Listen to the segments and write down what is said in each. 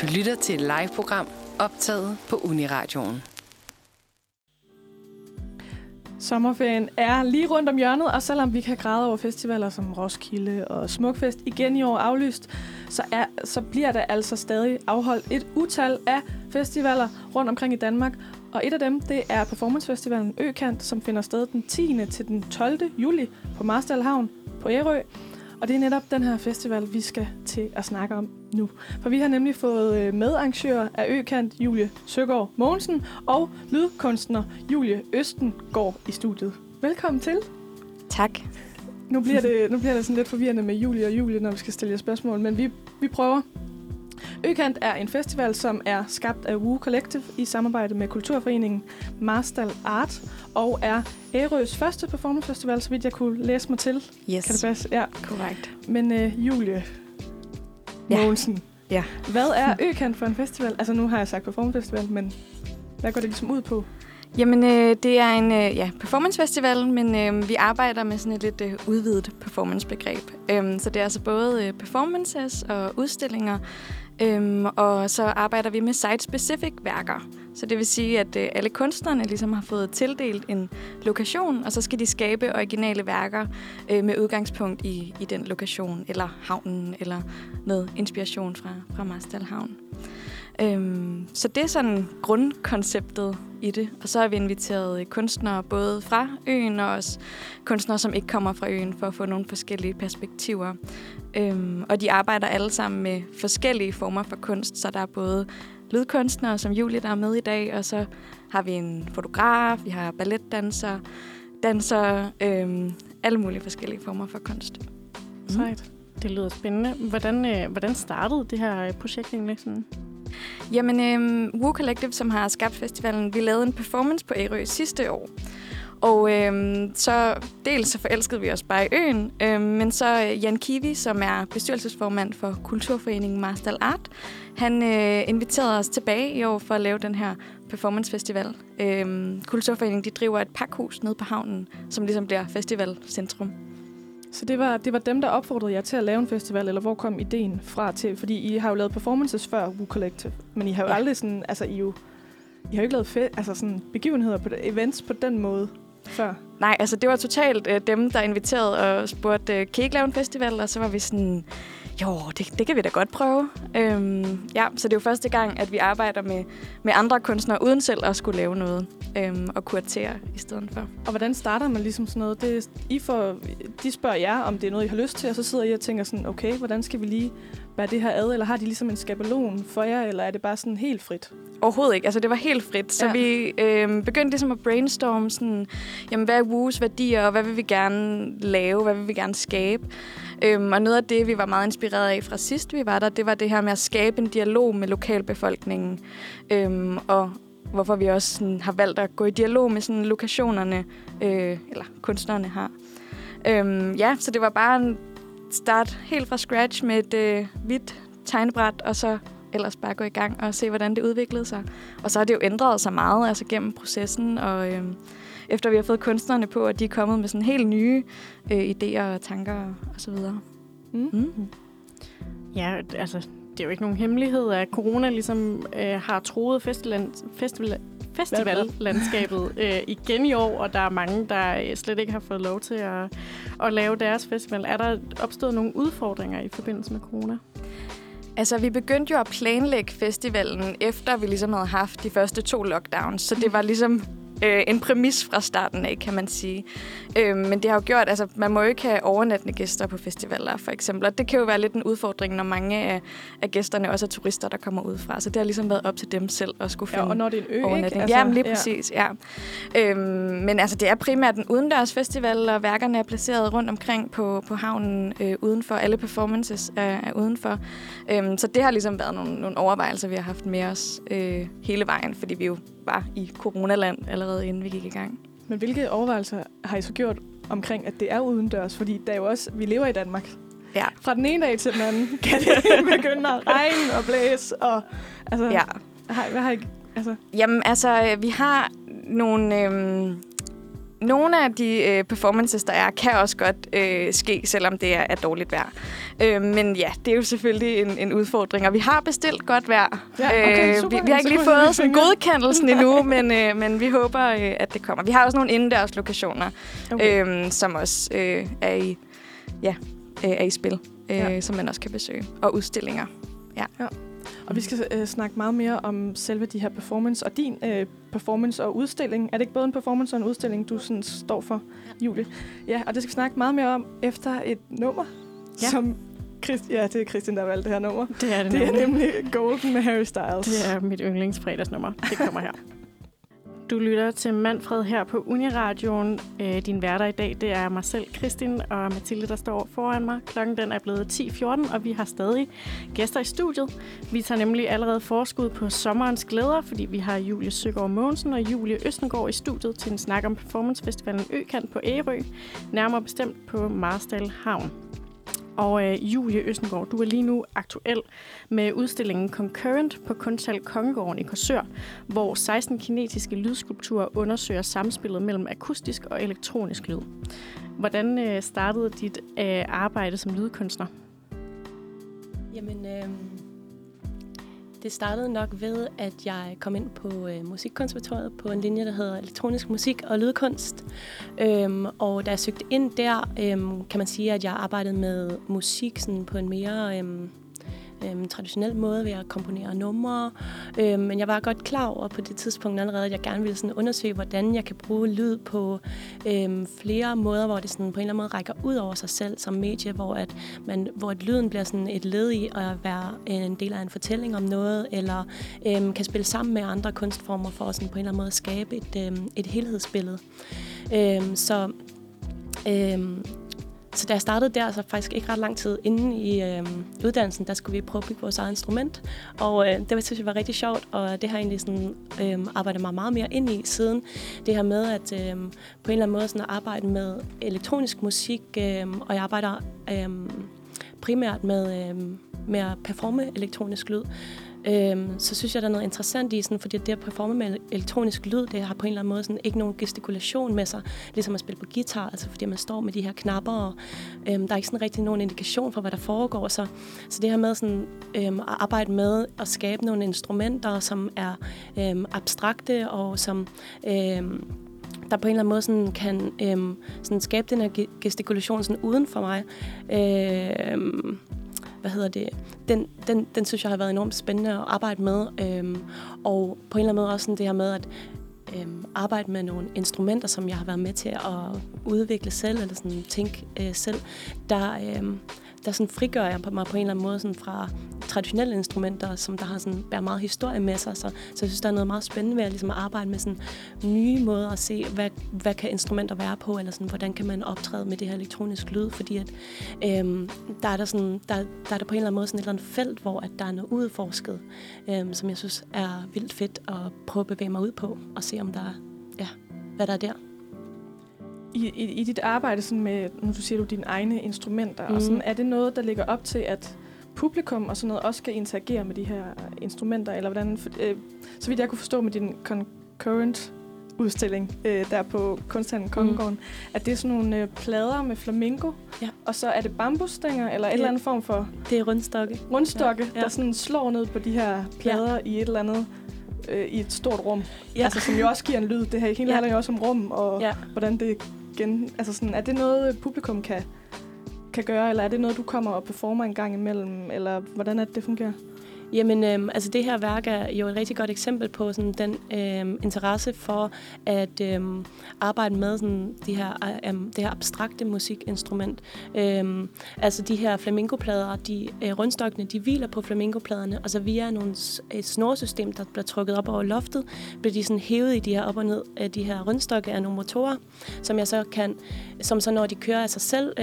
Du lytter til et live-program optaget på Uniradioen. Sommerferien er lige rundt om hjørnet, og selvom vi kan græde over festivaler som Roskilde og Smukfest igen i år aflyst, så bliver der altså stadig afholdt et utal af festivaler rundt omkring i Danmark. Og et af dem, det er Performancefestivalen Økant, som finder sted den 10. til den 12. juli på Marstal Havn på Ærø. Og det er netop den her festival, vi skal til at snakke om nu. For vi har nemlig fået medarrangør af Økant, Julie Søgaard Mogensen, og lydkunstner Julie Østengård i studiet. Velkommen til. Tak. Nu bliver det sådan lidt forvirrende med Julie og Julie, når vi skal stille jer spørgsmål, men vi prøver. Økant er en festival, som er skabt af Woo Collective i samarbejde med kulturforeningen Marstal Art, og er Ærøs første performancefestival, så vidt jeg kunne læse mig til. Yes. Kan det passe? Ja. Korrekt. Men Julie Mogensen, ja. Hvad er Økant for en festival? Altså nu har jeg sagt performancefestival, men hvad går det ligesom ud på? Jamen, det er en performancefestival, men vi arbejder med sådan et lidt udvidet performancebegreb. Så det er altså både performances og udstillinger, og så arbejder vi med site-specific værker. Så det vil sige, at alle kunstnerne ligesom har fået tildelt en lokation, og så skal de skabe originale værker med udgangspunkt i den lokation, eller havnen, eller noget inspiration fra Marstal Havn. Så det er sådan grundkonceptet i det. Og så har vi inviteret kunstnere både fra øen og også kunstnere, som ikke kommer fra øen, for at få nogle forskellige perspektiver. Og de arbejder alle sammen med forskellige former for kunst, så der er både lydkunstnere, som Julie, der er med i dag, og så har vi en fotograf, vi har balletdansere, dansere, alle mulige forskellige former for kunst. Sejt. Det lyder spændende. Hvordan startede det her projekt egentlig sådan? Jamen, Woo Collective, som har skabt festivalen, vi lavede en performance på Ærø sidste år. Og så dels så forelskede vi os bare i øen, men så Jan Kiwi, som er bestyrelsesformand for Kulturforeningen Marstal Art, han inviterede os tilbage i år for at lave den her performancefestival. Kulturforeningen, de driver et pakhus nede på havnen, som ligesom bliver festivalcentrum. Så det var dem, der opfordrede jer til at lave en festival, eller hvor kom ideen fra til? Fordi I har jo lavet performances før Woo Collective, men I har jo aldrig sådan, altså I har jo ikke lavet sådan begivenheder på events på den måde før. Nej, altså det var totalt dem, der inviterede og spurgte, kan I ikke lave en festival? Og så var vi sådan, jo, det kan vi da godt prøve. Så det er jo første gang, at vi arbejder med andre kunstnere, uden selv at skulle lave noget og kuratere i stedet for. Og hvordan starter man ligesom sådan noget? De spørger jer, om det er noget, I har lyst til, og så sidder I og tænker sådan, okay, hvordan skal vi lige bære det her ad? Eller har de ligesom en skabelon for jer, eller er det bare sådan helt frit? Overhovedet ikke. Altså, det var helt frit. Så vi begyndte ligesom at brainstorme sådan, jamen, hvad er Woos værdier, og hvad vil vi gerne lave, hvad vil vi gerne skabe? Og noget af det, vi var meget inspireret af fra sidst, vi var der, det var det her med at skabe en dialog med lokalbefolkningen. Og hvorfor vi også sådan, har valgt at gå i dialog med sådan, lokationerne, eller kunstnerne har. Så det var bare en start helt fra scratch med et hvidt tegnebræt, og så ellers bare gå i gang og se, hvordan det udviklede sig. Og så har det jo ændret sig meget altså gennem processen, og efter vi har fået kunstnerne på, at de er kommet med sådan helt nye idéer og tanker og så videre. Ja, altså det er jo ikke nogen hemmelighed, at corona ligesom har truet festivallandskabet igen i år, og der er mange, der slet ikke har fået lov til at lave deres festival. Er der opstået nogle udfordringer i forbindelse med corona? Altså, vi begyndte jo at planlægge festivalen, efter vi ligesom havde haft de første 2 lockdowns, så det var ligesom en præmis fra starten af, kan man sige. Men det har jo gjort, altså man må jo ikke have overnattende gæster på festivaler, for eksempel. Og det kan jo være lidt en udfordring, når mange af gæsterne også er turister, der kommer udefra. Så det har ligesom været op til dem selv at skulle finde og når det er en ø, overnatning. Altså, ja, lige præcis, ja. Men altså, det er primært en udendørs festival, og værkerne er placeret rundt omkring på havnen udenfor. Alle performances er udenfor. Så det har ligesom været nogle overvejelser, vi har haft med os hele vejen, fordi vi jo var i coronaland allerede inden vi gik i gang. Men hvilke overvejelser har I så gjort omkring, at det er udendørs? Fordi der er jo også, vi lever i Danmark. Ja. Fra den ene dag til den anden kan det begynde at regne og blæse. Og, altså, hvad har I, altså? Jamen, altså, vi har nogle af de performances, der er, kan også godt ske, selvom det er dårligt vejr. Men ja, det er jo selvfølgelig en udfordring, og vi har bestilt godt vejr. Ja, okay, super. Vi har ikke lige fået sådan godkendelsen endnu, men vi håber, at det kommer. Vi har også nogle indendørs lokationer, okay. Som også er i spil, som man også kan besøge, og udstillinger. Ja. Og vi skal snakke meget mere om selve de her performance, og din performance og udstilling. Er det ikke både en performance og en udstilling, du sådan står for, Julie? Ja, og det skal vi snakke meget mere om efter et nummer, som... Ja, det er Christian, der har valgt det her nummer. Det er det er nemlig Golden med Harry Styles. Det er mit yndlingsfredagsnummer. Det kommer her. Du lytter til Manfred her på Uniradioen. Din værter i dag, det er mig selv, Kristin, og Mathilde, der står foran mig. Klokken den er blevet 10:14, og vi har stadig gæster i studiet. Vi tager nemlig allerede forskud på sommerens glæder, fordi vi har Julie Søgaard Mogensen og Julie Østengård i studiet til en snak om performancefestivalen Økant på Ærø, nærmere bestemt på Marstal Havn. Og Julie Østengård, du er lige nu aktuel med udstillingen Concurrent på Kunsthal Kongegården i Korsør, hvor 16 kinetiske lydskulpturer undersøger samspillet mellem akustisk og elektronisk lyd. Hvordan startede dit arbejde som lydkunstner? Jamen, det startede nok ved, at jeg kom ind på Musikkonservatoriet på en linje, der hedder elektronisk musik og lydkunst. Og da jeg søgte ind der, kan man sige, at jeg arbejdede med musik sådan på en mere traditionel måde ved at komponere numre. Men jeg var godt klar over på det tidspunkt allerede, at jeg gerne ville sådan undersøge, hvordan jeg kan bruge lyd på flere måder, hvor det sådan på en eller anden måde rækker ud over sig selv som medie, hvor lyden bliver sådan et led i at være en del af en fortælling om noget, eller kan spille sammen med andre kunstformer for sådan på en eller anden måde at skabe et helhedsbillede. Så da jeg startede der, så faktisk ikke ret lang tid inden i uddannelsen, der skulle vi prøve at bygge vores eget instrument. Og det synes jeg var rigtig sjovt, og det har jeg egentlig sådan, arbejdet mig meget mere ind i siden. Det her med at på en eller anden måde sådan at arbejde med elektronisk musik, og jeg arbejder primært med at performe elektronisk lyd. Så synes jeg, der er noget interessant i, sådan, fordi det at performe med elektronisk lyd, det har på en eller anden måde sådan, ikke nogen gestikulation med sig, ligesom at spille på guitar, altså fordi man står med de her knapper, og der er ikke sådan rigtig nogen indikation for, hvad der foregår. Så det her med sådan, at arbejde med at skabe nogle instrumenter, som er abstrakte, og som der på en eller anden måde sådan, kan sådan skabe den her gestikulation sådan, uden for mig. Den synes jeg har været enormt spændende at arbejde med. Og på en eller anden måde også sådan det her med at arbejde med nogle instrumenter, som jeg har været med til at udvikle selv, eller sådan tænke selv, der sådan frigør jeg mig på en eller anden måde sådan fra traditionelle instrumenter, som der har sådan bærer meget historie med sig. Så jeg synes, der er noget meget spændende ved at, ligesom at arbejde med sådan nye måder at se, hvad kan instrumenter være på, eller sådan, hvordan kan man optræde med det her elektronisk lyd, fordi at der er der på en eller anden måde sådan et eller andet felt, hvor at der er noget udforsket, som jeg synes er vildt fedt at prøve at bevæge mig ud på, og se om der er, hvad der er der. I dit arbejde sådan med, nu siger du dine egne instrumenter, og sådan, er det noget, der ligger op til, at publikum og sådan noget også skal interagere med de her instrumenter, eller hvordan, så vidt jeg kunne forstå med din Concurrent udstilling der på Kunsthallen Kongegården, at det er sådan nogle plader med flamingo, og så er det bambusstænger, eller et eller andet form for... Det er rundstokke. Der sådan slår ned på de her plader i et eller andet, i et stort rum, altså som jo også giver en lyd. Det her hele handler jo også om rum, og hvordan det altså sådan, er det noget, publikum kan gøre, eller er det noget, du kommer og performer en gang imellem, eller hvordan er det fungerer? Jamen, altså det her værk er jo et rigtig godt eksempel på sådan den interesse for at arbejde med sådan det her abstrakte musikinstrument. Altså de her flamingoplader, rundstokkene, de hviler på flamingopladerne, og så via et snorsystem, der bliver trukket op over loftet, bliver de sådan hævet i de her op og ned af de her rundstokke af nogle motorer, som så når de kører af sig selv,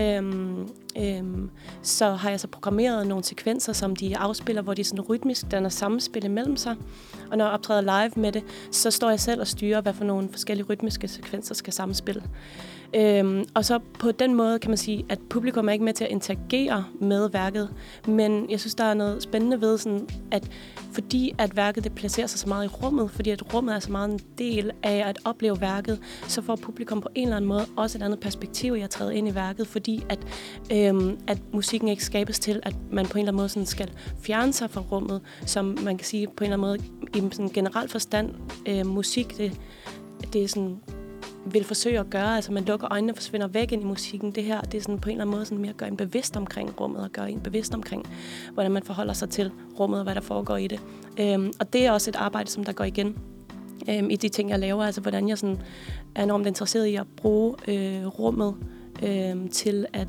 så har jeg så programmeret nogle sekvenser, som de afspiller, hvor de sådan rytmisk danner samspil imellem sig. Og når jeg optræder live med det, så står jeg selv og styrer, hvad for nogle forskellige rytmiske sekvenser skal samspille. Og så på den måde kan man sige, at publikum er ikke med til at interagere med værket, men jeg synes, der er noget spændende ved, sådan, at fordi at værket det placerer sig så meget i rummet, fordi at rummet er så meget en del af at opleve værket, så får publikum på en eller anden måde også et andet perspektiv i at træde ind i værket, fordi at musikken ikke skabes til, at man på en eller anden måde sådan skal fjerne sig fra rummet, som man kan sige på en eller anden måde i sådan generel forstand. Musik, det er sådan vil forsøge at gøre, altså man lukker øjnene og forsvinder væk ind i musikken. Det her, det er sådan på en eller anden måde sådan mere at gøre en bevidst omkring rummet, og gøre en bevidst omkring, hvordan man forholder sig til rummet, og hvad der foregår i det. Og det er også et arbejde, som der går igen i de ting, jeg laver, altså hvordan jeg sådan er enormt interesseret i at bruge rummet til at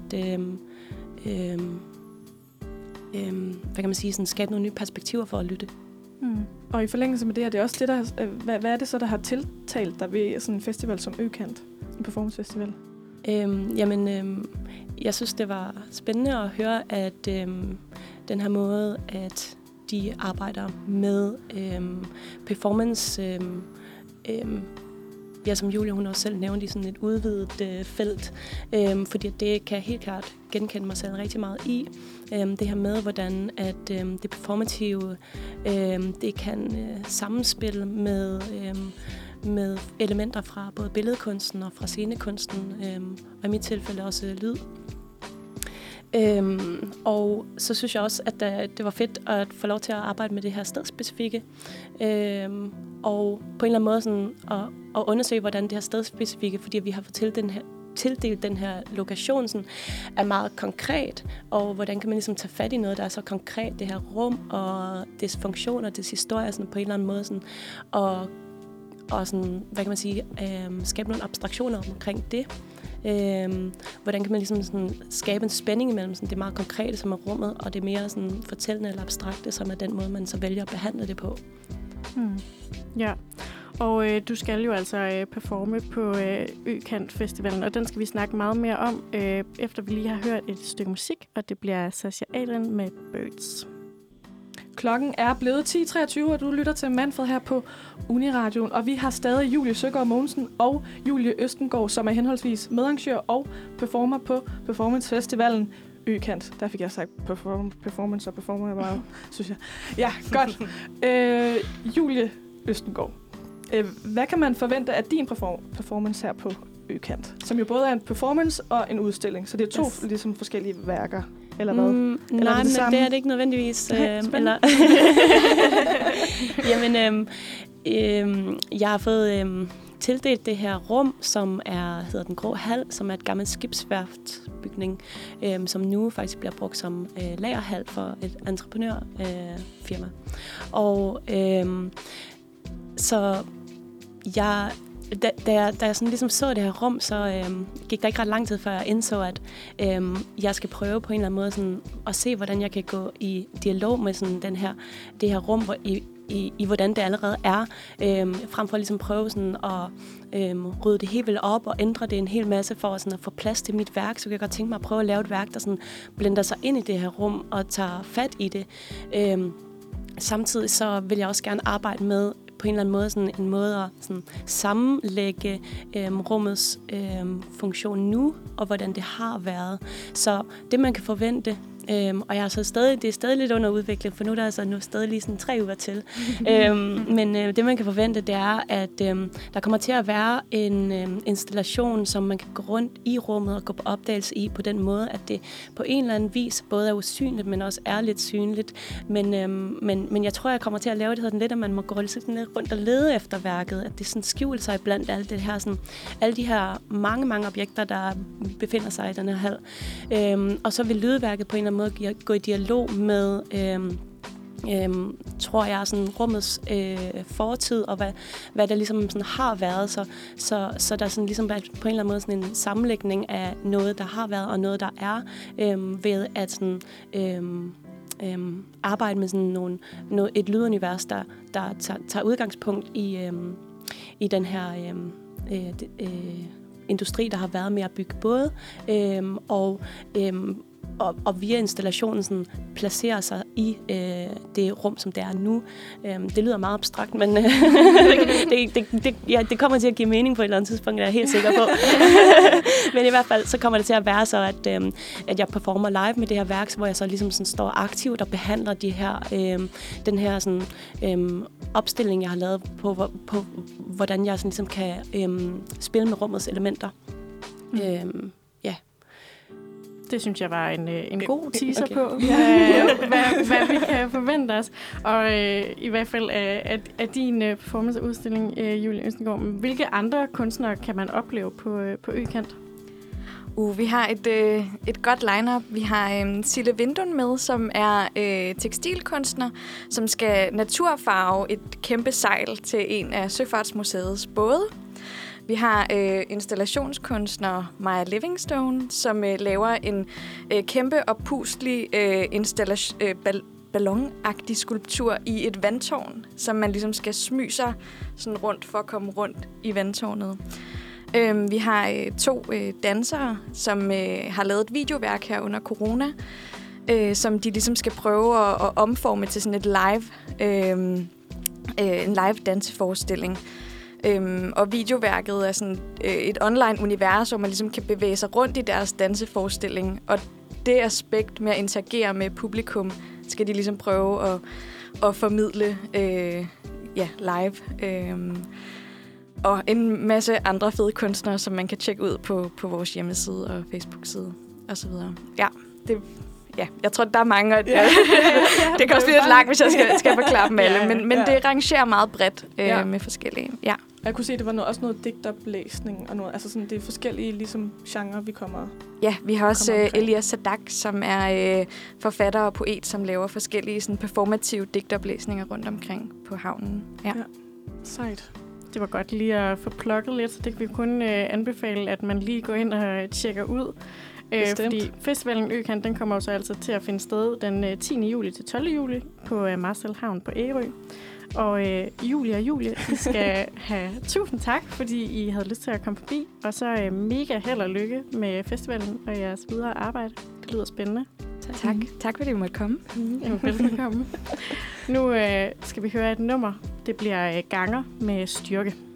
hvad kan man sige, sådan skabe nogle nye perspektiver for at lytte. Og i forlængelse med det her, det er også det, der, hvad er det så, der har tiltalt dig ved sådan en festival som Økant, en performancefestival? Jeg synes, det var spændende at høre, at den her måde, at de arbejder med performance, som Julie hun også selv nævnte, i sådan et udvidet felt, fordi det kan helt klart genkende mig selv rigtig meget i. Det her med, hvordan at det performative, det kan sammenspille med elementer fra både billedkunsten og fra scenekunsten, og i mit tilfælde også lyd. Og så synes jeg også, at det var fedt at få lov til at arbejde med det her stedspecifikke, og på en eller anden måde sådan at undersøge, hvordan det her stedspecifikke, fordi vi har fået tildelt den her lokation, sådan, er meget konkret, og hvordan kan man ligesom tage fat i noget, der er så konkret, det her rum og dets funktioner, dets historie, sådan på en eller anden måde, sådan, og sådan, hvad kan man sige, skabe nogle abstraktioner omkring det. Hvordan kan man ligesom sådan skabe en spænding imellem sådan det meget konkrete, som er rummet, og det mere sådan fortællende eller abstrakte, som er den måde, man så vælger at behandle det på. Ja, og du skal jo altså performe på Økant Festivalen, og den skal vi snakke meget mere om, efter vi lige har hørt et stykke musik, og det bliver Sasha Adrian med Birds. Klokken er blevet 10.23, og du lytter til Manfred her på Uniradioen, og vi har stadig Julie Søgaard Mogensen og Julie Østengård, som er henholdsvis medarrangør og performer på Performancefestivalen Økant. Der fik jeg sagt performance og performer meget, synes jeg. Ja, godt. Julie Østengård, hvad kan man forvente af din performance her på Økant? Som jo både er en performance og en udstilling, så det er to ligesom forskellige værker. Eller hvad? Nej, men det er det ikke nødvendigvis. Jeg har fået tildelt det her rum, som hedder Den Grå Hal, som er et gammelt skibsværftbygning, som nu faktisk bliver brugt som lagerhal for et entreprenørfirma. Og så da jeg sådan ligesom så det her rum, så gik der ikke ret lang tid, før jeg indså, at jeg skal prøve på en eller anden måde sådan, at se, hvordan jeg kan gå i dialog med sådan det her rum, i hvordan det allerede er, frem for at ligesom prøve sådan at rydde det helt vildt op og ændre det en hel masse for sådan at få plads til mit værk. Så kan jeg godt tænke mig at prøve at lave et værk, der sådan blender sig ind i det her rum og tager fat i det. Samtidig så vil jeg også gerne arbejde med på en eller anden måde sådan en måde at sådan sammenlægge rummets funktion nu, og hvordan det har været. Så det, man kan forvente, og jeg er så det er stadig lidt under udvikling, for nu er der altså stadig lige sådan 3 uger til. Men det, man kan forvente, det er, at der kommer til at være en installation, som man kan gå rundt i rummet og gå på opdagelse i på den måde, at det på en eller anden vis både er usynligt, men også er lidt synligt. Men jeg tror, jeg kommer til at lave det sådan lidt, at man må gå lidt rundt og lede efter værket, at det sådan skjuler sig blandt alt det her, sådan, alle de her mange objekter, der befinder sig i den her hal. Og så vil lydværket på en eller anden måde gå i dialog med, tror jeg, sådan rummets fortid, og hvad der ligesom sådan har været. Så der sådan ligesom på en eller anden måde sådan en sammenlægning af noget, der har været, og noget, der er, ved at sådan, arbejde med sådan et lydunivers, der tager udgangspunkt i den her industri, der har været med at bygge både, og og via installationen sådan, placere sig i det rum, som det er nu. Det lyder meget abstrakt, men det kommer til at give mening på et eller andet tidspunkt, det er jeg helt sikker på. Men i hvert fald, så kommer det til at være så, at jeg performer live med det her værk, hvor jeg så ligesom sådan står aktivt og behandler den her sådan, opstilling, jeg har lavet på hvordan jeg sådan ligesom kan spille med rummets elementer. Ja. Det synes jeg var en god teaser okay. på, hvad vi kan forvente os. Og i hvert fald af din performanceudstilling, Julie Østengård, hvilke andre kunstnere kan man opleve på Økant? Vi har et godt line-up. Vi har Sille Vindun med, som er tekstilkunstner, som skal naturfarve et kæmpe sejl til en af Søfartsmuseets både. Vi har installationskunstner Maja Livingstone, som laver en kæmpe oppustelig ballonagtig skulptur i et vandtårn, som man ligesom skal smyge sig sådan rundt for at komme rundt i vandtårnet. Vi har 2 dansere, som har lavet et videoværk her under corona, som de ligesom skal prøve at omforme til sådan et en live danseforestilling. Og videoværket er sådan et online univers, hvor man ligesom kan bevæge sig rundt i deres danseforestilling. Og det aspekt med at interagere med publikum, skal de ligesom prøve at formidle live. Og en masse andre fede kunstnere, som man kan tjekke ud på vores hjemmeside og Facebook-side osv. Jeg tror, der er mange, og det kan også blive lidt langt, hvis jeg skal forklare dem alle. Men det rangerer meget bredt med forskellige. Ja. Jeg kunne se, at det var også noget digtoplæsning og noget, altså sådan, det er forskellige ligesom genre, vi kommer. Ja, vi har også Elias Sadak, som er forfatter og poet, som laver forskellige sådan performative digtoplæsninger rundt omkring på havnen. Ja. Sejt. Det var godt lige at få plukket lidt, så det kan vi kun anbefale, at man lige går ind og tjekker ud. Fordi festivalen Økant, den kommer jo så altså til at finde sted den 10. juli til 12. juli på Marstal Havn på Ærø. Og Julie og Julie, I skal have tusind tak, fordi I havde lyst til at komme forbi. Og så mega held og lykke med festivalen og jeres videre arbejde. Det lyder spændende. Tak. Tak fordi I måtte komme. Velkommen. Nu skal vi høre et nummer. Det bliver Ganger med Styrke.